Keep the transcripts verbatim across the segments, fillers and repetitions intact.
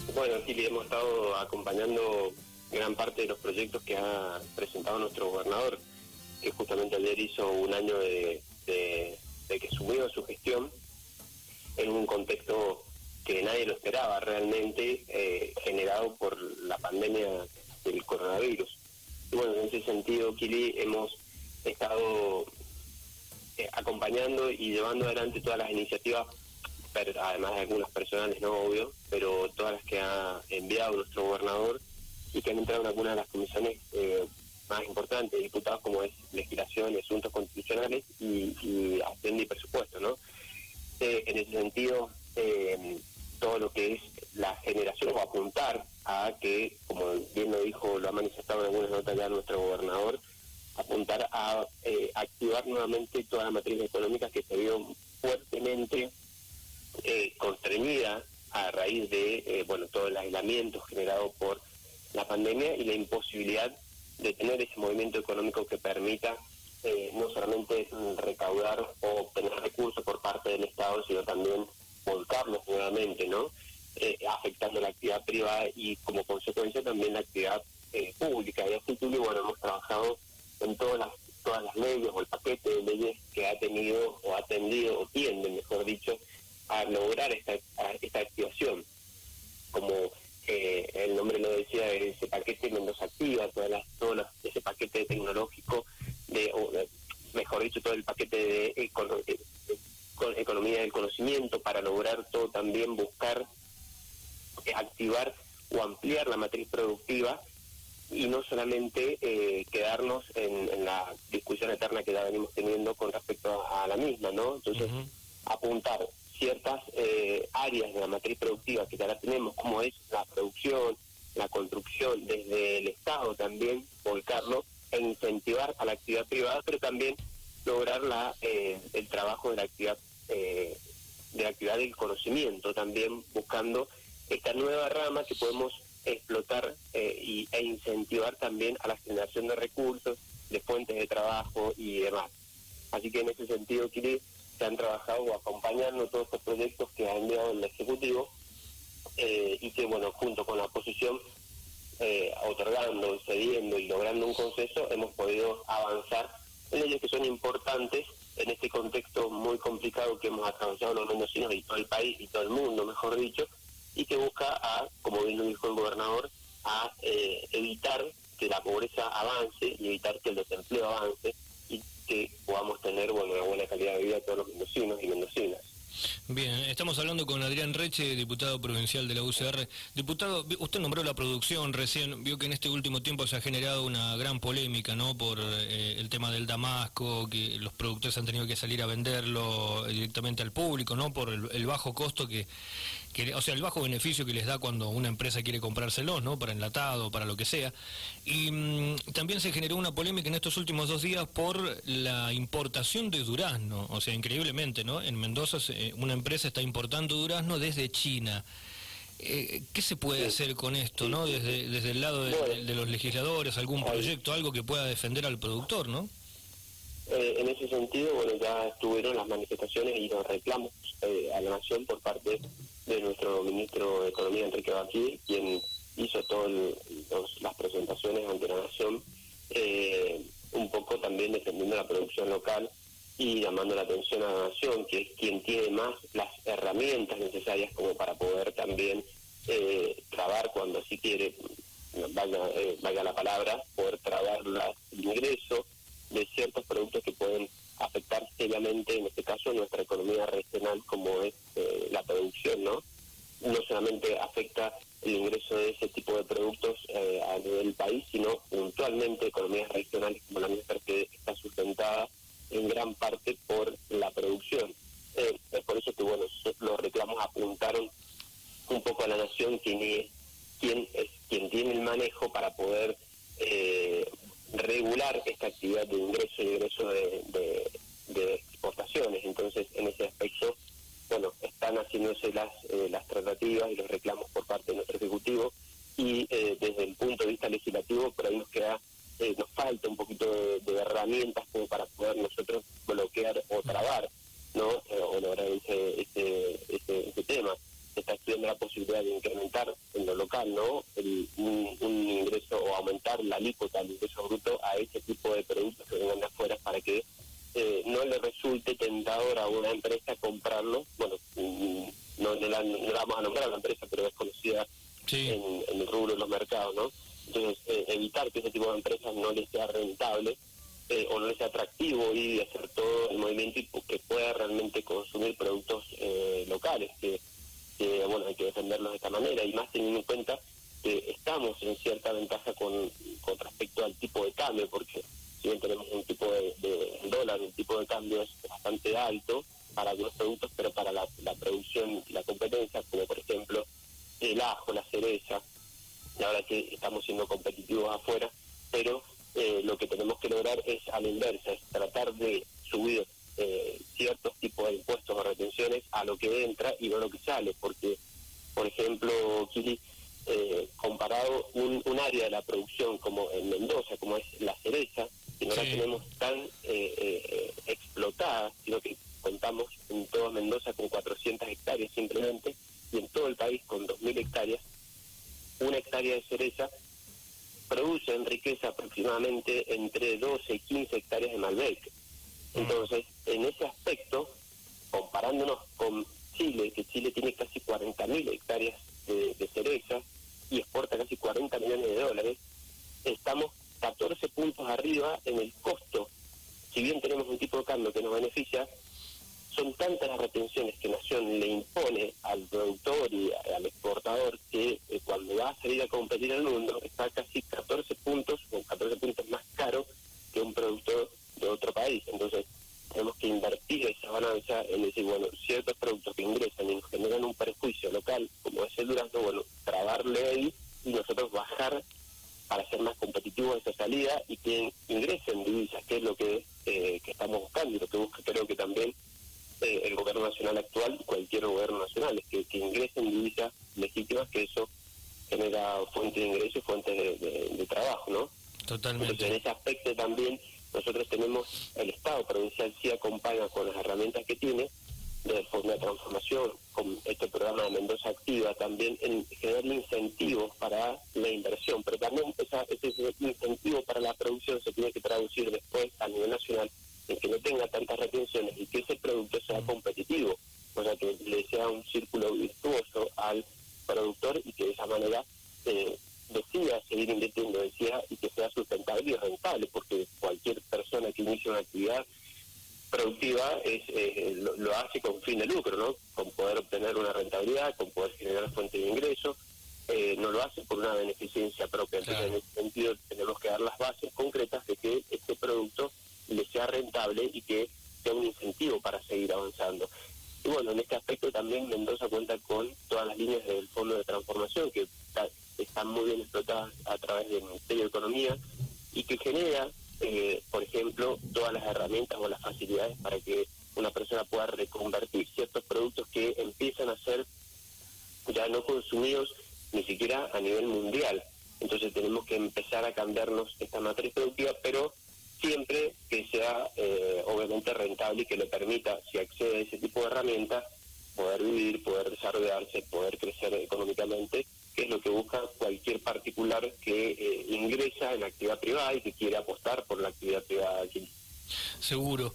Bueno, aquí le hemos estado acompañando gran parte de los proyectos que ha presentado nuestro gobernador, que justamente ayer hizo un año de, de, de que subió su gestión en un contexto que nadie lo esperaba realmente, eh, generado por la pandemia del coronavirus. Y bueno, en ese sentido, Kili, hemos estado eh, acompañando y llevando adelante todas las iniciativas, pero además de algunas personales, no obvio, pero todas las que ha enviado nuestro gobernador y que han entrado en algunas de las comisiones eh, más importantes, diputados, como es legislación y asuntos constitucionales y, y hacienda y presupuesto, ¿no? Eh, en ese sentido, eh, todo lo que es la generación o apuntar a que, como bien lo dijo, lo ha manifestado en algunas notas ya nuestro gobernador, apuntar a eh, activar nuevamente toda la matriz económica que se vio fuertemente eh, constreñida a raíz de eh, bueno todo el aislamiento generado por la pandemia y la imposibilidad de tener ese movimiento económico que permita eh, no solamente recaudar o obtener recursos por parte del Estado, sino también volcarlos nuevamente, ¿no? Eh, afectando la actividad privada y como consecuencia también la actividad eh, pública. Y así, Tulio, bueno, hemos trabajado en todas las todas las leyes o el paquete de leyes que ha tenido o ha tendido o tiende, mejor dicho, a lograr esta, a esta activación. Como eh, el nombre lo decía, ese paquete Mendoza Activa, todas las, todo las, ese paquete tecnológico, de, o, de, mejor dicho, todo el paquete de, econo, de, de, de economía del conocimiento, para lograr todo también buscar eh, activar o ampliar la matriz productiva y no solamente eh, quedarnos en, en la discusión eterna que ya venimos teniendo con respecto a, a la misma, ¿no? Entonces, uh-huh. apuntar ciertas eh, áreas de la matriz productiva que ya la tenemos, como es la producción, la construcción, desde el Estado también, volcarlo e incentivar a la actividad privada, pero también lograr la eh, el trabajo de la actividad eh, de la actividad del conocimiento, también buscando esta nueva rama que podemos explotar eh, y, e incentivar también a la generación de recursos, de fuentes de trabajo y demás. Así que en ese sentido, Kiri, se han trabajado acompañando todos estos proyectos que ha enviado el Ejecutivo eh, y que, bueno, junto con la oposición, eh, otorgando, cediendo y logrando un consenso, hemos podido avanzar en leyes que son importantes en este contexto muy complicado que hemos atravesado los mendocinos y todo el país y todo el mundo, mejor dicho, y que busca, a, como bien lo dijo el gobernador, a eh, evitar que la pobreza avance y evitar que el desempleo avance y que podamos tener, bueno, una buena calidad de vida a todos los mendocinos y mendocinas. Bien, estamos hablando con Adrián Reche, diputado provincial de la U C R. Diputado, usted nombró la producción recién, vio que en este último tiempo se ha generado una gran polémica, ¿no?, por eh, el tema del damasco, que los productores han tenido que salir a venderlo directamente al público, ¿no?, por el, el bajo costo que, que, o sea, el bajo beneficio que les da cuando una empresa quiere comprárselos, ¿no?, para enlatado, para lo que sea. Y mmm, también se generó una polémica en estos últimos dos días por la importación de durazno, o sea, increíblemente, ¿no?, en Mendoza se, una empresa está importando durazno desde China. Eh, ¿Qué se puede sí. hacer con esto, no? Desde, desde el lado de, bueno, de los legisladores, algún proyecto, algo que pueda defender al productor, ¿no? Eh, en ese sentido, bueno, ya estuvieron las manifestaciones y los reclamos eh, a la Nación por parte de nuestro ministro de Economía, Enrique Baquí, quien hizo todas las presentaciones ante la Nación, eh, un poco también defendiendo la producción local y llamando la atención a la Nación, que es quien tiene más las herramientas necesarias como para poder también eh, trabar, cuando así quiere, vaya, eh, vaya la palabra, poder trabar la, el ingreso de ciertos productos que pueden afectar seriamente, en este caso, nuestra economía regional, como es eh, la producción, ¿no? No solamente afecta el ingreso de ese tipo de productos eh, a nivel país, sino puntualmente economías regionales como la nuestra, que está sustentada en gran parte por la producción. Eh, es por eso que, bueno, los reclamos apuntaron un poco a la Nación, quien es quien, es, quien tiene el manejo para poder eh, regular esta actividad de ingreso y egreso de, de, de exportaciones. Entonces, en ese aspecto, bueno, están haciéndose las, eh, las tratativas y los reclamos por parte de nuestro Ejecutivo y eh, desde el punto de vista legislativo, por ahí nos queda Eh, nos falta un poquito de, de herramientas como para poder nosotros bloquear o trabar, ¿no? Eh, o lograr ese, ese, ese, ese tema. Se está estudiando la posibilidad de incrementar en local, ¿no? El, un, un ingreso o aumentar la alícuota del ingreso bruto a ese tipo de productos que vengan de afuera para que eh, no le resulte tentador a una empresa comprarlo. Bueno, no, no, la, no la vamos a nombrar a la empresa, pero es conocida sí. en, en el rubro de los mercados, ¿no? Entonces, eh, evitar que ese tipo de empresas no les sea rentable eh, o no les sea atractivo y hacer todo el movimiento y que pueda realmente consumir productos eh, locales, que, que, bueno, hay que defenderlos de esta manera, y más teniendo en cuenta que estamos en cierta ventaja con, con respecto al tipo de cambio, porque si bien tenemos un tipo de, de dólar, el tipo de cambio es bastante alto para algunos productos, pero para la, la producción y la competencia, como por ejemplo el ajo, la cereza, la verdad que estamos siendo competitivos afuera, pero eh, lo que tenemos que lograr es a la inversa, es tratar de subir eh, ciertos tipos de impuestos o retenciones a lo que entra y no a lo que sale, porque, por ejemplo, Kili, eh, comparado un, un área de la producción como en Mendoza, como es la cereza, que no sí. la tenemos tan eh, eh, explotada, sino que contamos en toda Mendoza con cuatrocientas hectáreas simplemente, y en todo el país con dos mil hectáreas, una hectárea de cereza produce en riqueza aproximadamente entre doce y quince hectáreas de Malbec. Entonces, en ese aspecto, comparándonos con Chile, que Chile tiene casi cuarenta mil hectáreas de, de cereza y exporta casi cuarenta millones de dólares, estamos catorce puntos arriba en el costo. Si bien tenemos un tipo de cambio que nos beneficia, son tantas las retenciones que Nación le impone al productor y al exportador que eh, cuando va a salir a competir al mundo está casi catorce puntos o catorce puntos más caro que un productor de otro país. Entonces tenemos que invertir esa balanza en decir, bueno, ciertos productos que ingresan y nos generan un perjuicio local, como es el durazno, bueno, trabarle ahí y nosotros bajar para ser más competitivos esa salida y que ingresen divisas, que es lo que, eh, que estamos buscando y lo que busca creo que también Eh, el gobierno nacional actual y cualquier gobierno nacional, es que, que ingresen divisas legítimas, que eso genera fuente de ingreso y fuente de, de, de trabajo, ¿no? Totalmente. Entonces, en ese aspecto también nosotros tenemos, el Estado provincial sí acompaña con las herramientas que tiene del Fondo de Transformación, con este programa de Mendoza Activa, también en generar incentivos para la inversión, pero también esa, ese incentivo para la producción se tiene que traducir después a nivel nacional en que no tenga tantas retenciones y que ese producto sea competitivo, o sea, que le sea un círculo virtuoso al productor y que de esa manera eh, decida seguir invirtiendo, decida y que sea sustentable y rentable, porque cualquier persona que inicie una actividad productiva es eh, lo, lo hace con fin de lucro, ¿no? Con poder obtener una rentabilidad, con poder generar fuente de ingreso, eh, no lo hace por una beneficencia propia. Entonces, claro, en ese sentido tenemos que dar las bases concretas de que este producto le sea rentable y que sea un incentivo para seguir avanzando. Y bueno, en este aspecto también Mendoza cuenta con todas las líneas del Fondo de Transformación que está, están muy bien explotadas a través del Ministerio de Economía y que genera, eh, por ejemplo, todas las herramientas o las facilidades para que una persona pueda reconvertir ciertos productos que empiezan a ser ya no consumidos ni siquiera a nivel mundial. Entonces tenemos que empezar a cambiarnos esta matriz productiva, pero siempre que sea eh, obviamente rentable y que le permita, si accede a ese tipo de herramientas, poder vivir, poder desarrollarse, poder crecer económicamente, que es lo que busca cualquier particular que eh, ingresa en la actividad privada y que quiere apostar por la actividad privada aquí. Seguro.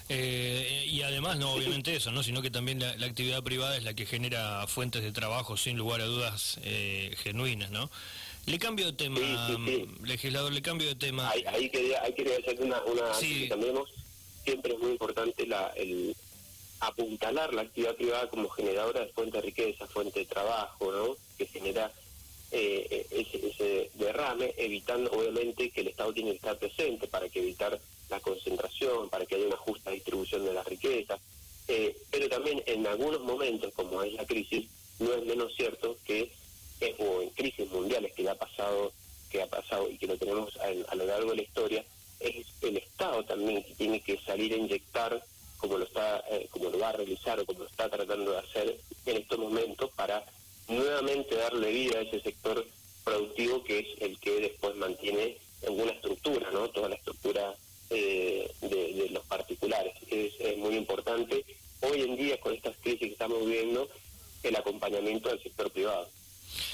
Eh, y además, no obviamente eso, ¿no? Sino que también la, la actividad privada es la que genera fuentes de trabajo, sin lugar a dudas, eh, genuinas, ¿no? Le cambio de tema, sí, sí, sí. legislador, le cambio de tema. Ahí, ahí quería, ahí quería hacer una, una sí. que cambiemos. Siempre es muy importante la, el apuntalar la actividad privada como generadora de fuente de riqueza, fuente de trabajo, ¿no? Que genera eh, ese, ese derrame, evitando obviamente que el Estado tiene que estar presente para que evitar la concentración, para que haya una justa distribución de la riqueza. Eh, pero también en algunos momentos, como es la crisis, no es menos cierto que Eh, o en crisis mundiales que ya ha pasado que ha pasado y que lo tenemos a, a lo largo de la historia, es el Estado también que tiene que salir a inyectar, como lo está eh, como lo va a realizar o como lo está tratando de hacer en estos momentos, para nuevamente darle vida a ese sector productivo que es el que después mantiene alguna estructura, ¿no? Toda la estructura eh, de, de los particulares. Es, es muy importante hoy en día, con estas crisis que estamos viviendo, el acompañamiento del sector privado. Bien.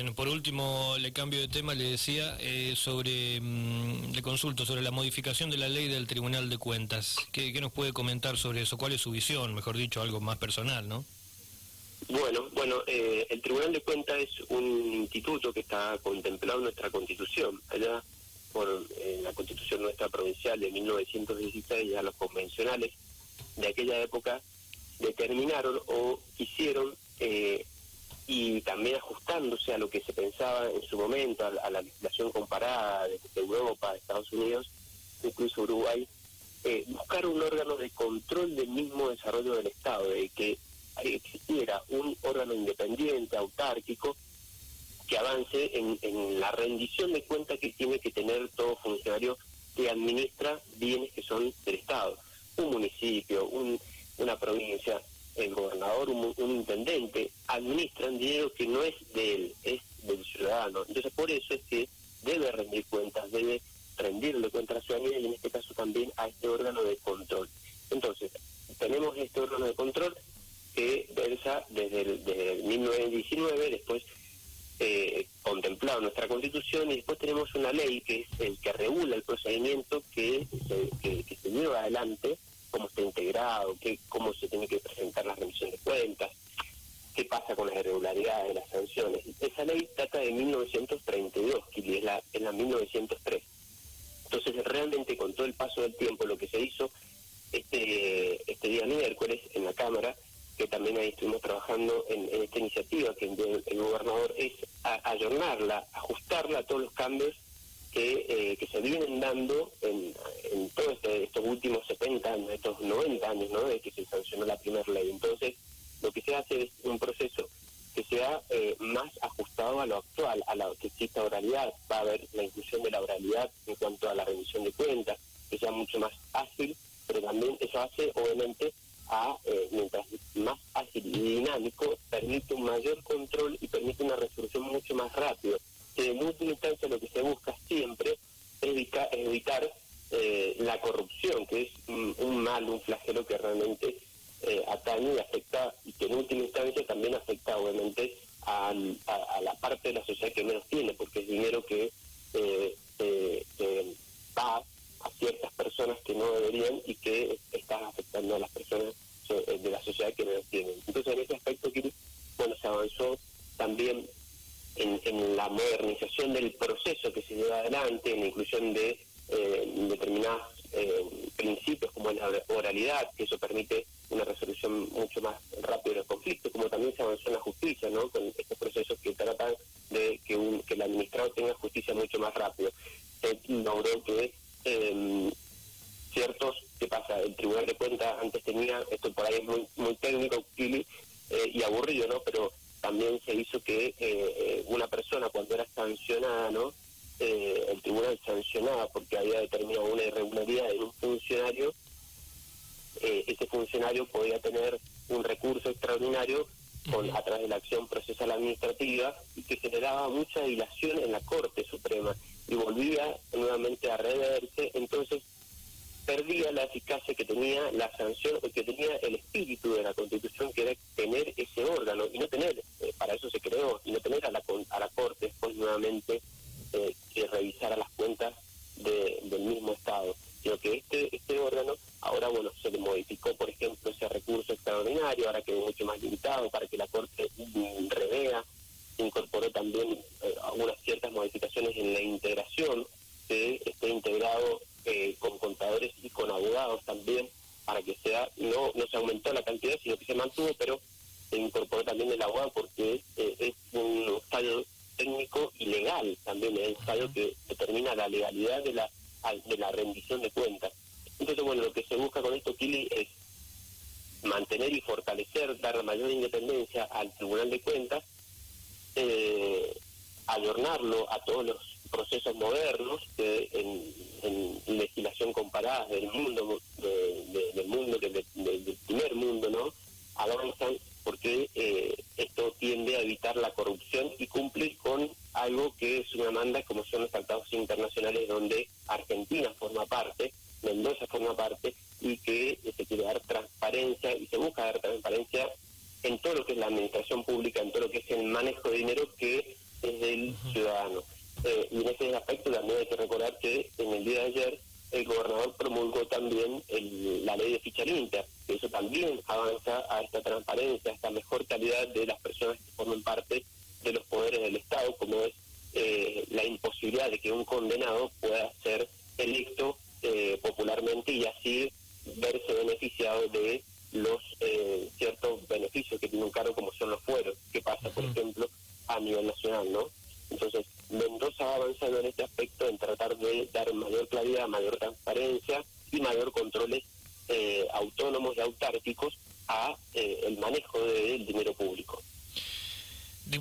Bien, por último, le cambio de tema, le decía, eh, sobre, mmm, le consulto sobre la modificación de la ley del Tribunal de Cuentas. ¿Qué, qué nos puede comentar sobre eso? ¿Cuál es su visión? Mejor dicho, algo más personal, ¿no? Bueno, bueno, eh, el Tribunal de Cuentas es un instituto que está contemplado en nuestra Constitución. Allá, por eh, la Constitución nuestra provincial de mil novecientos dieciséis, ya los convencionales de aquella época determinaron o quisieron, eh, y también ajustándose a lo que se pensaba en su momento, a, a la legislación comparada de, de Europa, de Estados Unidos, incluso Uruguay, eh, buscar un órgano de control del mismo desarrollo del Estado, de que existiera un órgano independiente, autárquico, que avance en, en la rendición de cuentas que tiene que tener todo funcionario que administra bienes que son del Estado. Un municipio, un, una provincia, el gobernador, un, un intendente, administran dinero que no es de él, es del ciudadano. Entonces, por eso es que debe rendir cuentas, debe rendirle cuentas a la ciudadanía y en este caso también a este órgano de control. Entonces, tenemos este órgano de control que versa desde el, desde el mil novecientos diecinueve, después eh, contemplado en nuestra Constitución, y después tenemos una ley que es el que regula el procedimiento que se, que, que se lleva adelante, cómo está integrado, qué, cómo se tiene que presentar la rendición de cuentas, qué pasa con las irregularidades, las sanciones. Esa ley data de mil novecientos treinta y dos, que es la, es la mil novecientos tres. Entonces, realmente, con todo el paso del tiempo, lo que se hizo este, este día miércoles en la Cámara, que también ahí estuvimos trabajando en, en esta iniciativa que el, el gobernador, es a, ayornarla, ajustarla a todos los cambios que, eh, que se vienen dando en, en todos este, estos últimos setenta años, estos noventa años, ¿no?, de que se sancionó la primera ley. Entonces, lo que se hace es un proceso que sea eh, más ajustado a lo actual, a la que exista oralidad. Va a haber la inclusión de la oralidad en cuanto a la rendición de cuentas, que sea mucho más ágil, pero también eso hace, obviamente, a, eh, mientras más ágil y dinámico, permite un mayor control y permite una resolución mucho más rápido. Que en última instancia lo que se busca siempre es evitar, evitar eh, la corrupción, que es un, un mal, un flagelo que realmente eh, atañe y afecta, y que en última instancia también afecta obviamente a, a, a la parte de la sociedad que menos tiene, porque es dinero que eh, eh, eh, va a ciertas personas que no deberían y que están afectando a las personas de la sociedad que no las tienen. Entonces, en ese aspecto, bueno, se avanzó también en, en la modernización del proceso que se lleva adelante, en la inclusión de eh, determinados eh, principios como la oralidad, que eso permite una resolución mucho más rápida de los conflictos, como también se avanzó en la justicia, ¿no?, con estos procesos que tratan de que, un, que el administrado tenga justicia mucho más rápido. Se logró que Eh, ciertos, ¿qué pasa? El Tribunal de Cuentas antes tenía, esto por ahí es muy muy técnico, Pili, eh, y aburrido, ¿no? Pero también se hizo que eh, una persona cuando era sancionada, ¿no? Eh, el tribunal sancionaba porque había determinado una irregularidad en un funcionario, eh, ese funcionario podía tener un recurso extraordinario con, a través de la acción procesal administrativa, y que generaba mucha dilación en la Corte Suprema y volvía nuevamente a reverse. Entonces perdía la eficacia que tenía la sanción, que tenía el espíritu de la Constitución, que era tener ese órgano y no tener, eh, para eso se creó, y no tener a la, a la Corte después nuevamente eh, que revisara las cuentas de, del mismo Estado, sino que este este órgano ahora, bueno, se le modificó, por ejemplo, ese recurso extraordinario, ahora quedó mucho más limitado para que la Corte mm, revea. Se incorporó también eh, algunas ciertas modificaciones en la integración, que esté integrado eh, con contadores y con abogados también, para que sea, no no se aumentó la cantidad, sino que se mantuvo, pero se incorporó también el abogado porque eh, es un fallo técnico y legal también, es un fallo que determina la legalidad de la de la rendición de cuentas. Entonces, bueno, lo que se busca con esto, Kili, es mantener y fortalecer, dar mayor independencia al Tribunal de Cuentas, eh, ayornarlo a todos los procesos modernos que en, en legislación comparada del mundo, de, de, del mundo, de, de, del primer mundo, ¿no?, avanzan, porque eh, esto tiende a evitar la corrupción y cumplir con algo que es una demanda, como son los tratados internacionales donde Argentina forma parte, Mendoza forma parte, y que se quiere dar transparencia y se busca dar transparencia en todo lo que es la administración pública, en todo lo que es el manejo de dinero, que es del Uh-huh. ciudadano. Eh, y en ese aspecto también hay que recordar que en el día de ayer el gobernador promulgó también el, la ley de ficha limpia, que eso también avanza a esta transparencia, a esta mejor calidad de las personas que forman parte de los poderes del Estado, como es eh, la imposibilidad de que un condenado pueda ser electo eh, popularmente y así verse beneficiado de los eh, ciertos beneficios que tiene un cargo, como son los fueros, que pasa, por ejemplo, a nivel nacional, ¿no? Entonces, Mendoza va avanzando en este aspecto, en tratar de dar mayor claridad, mayor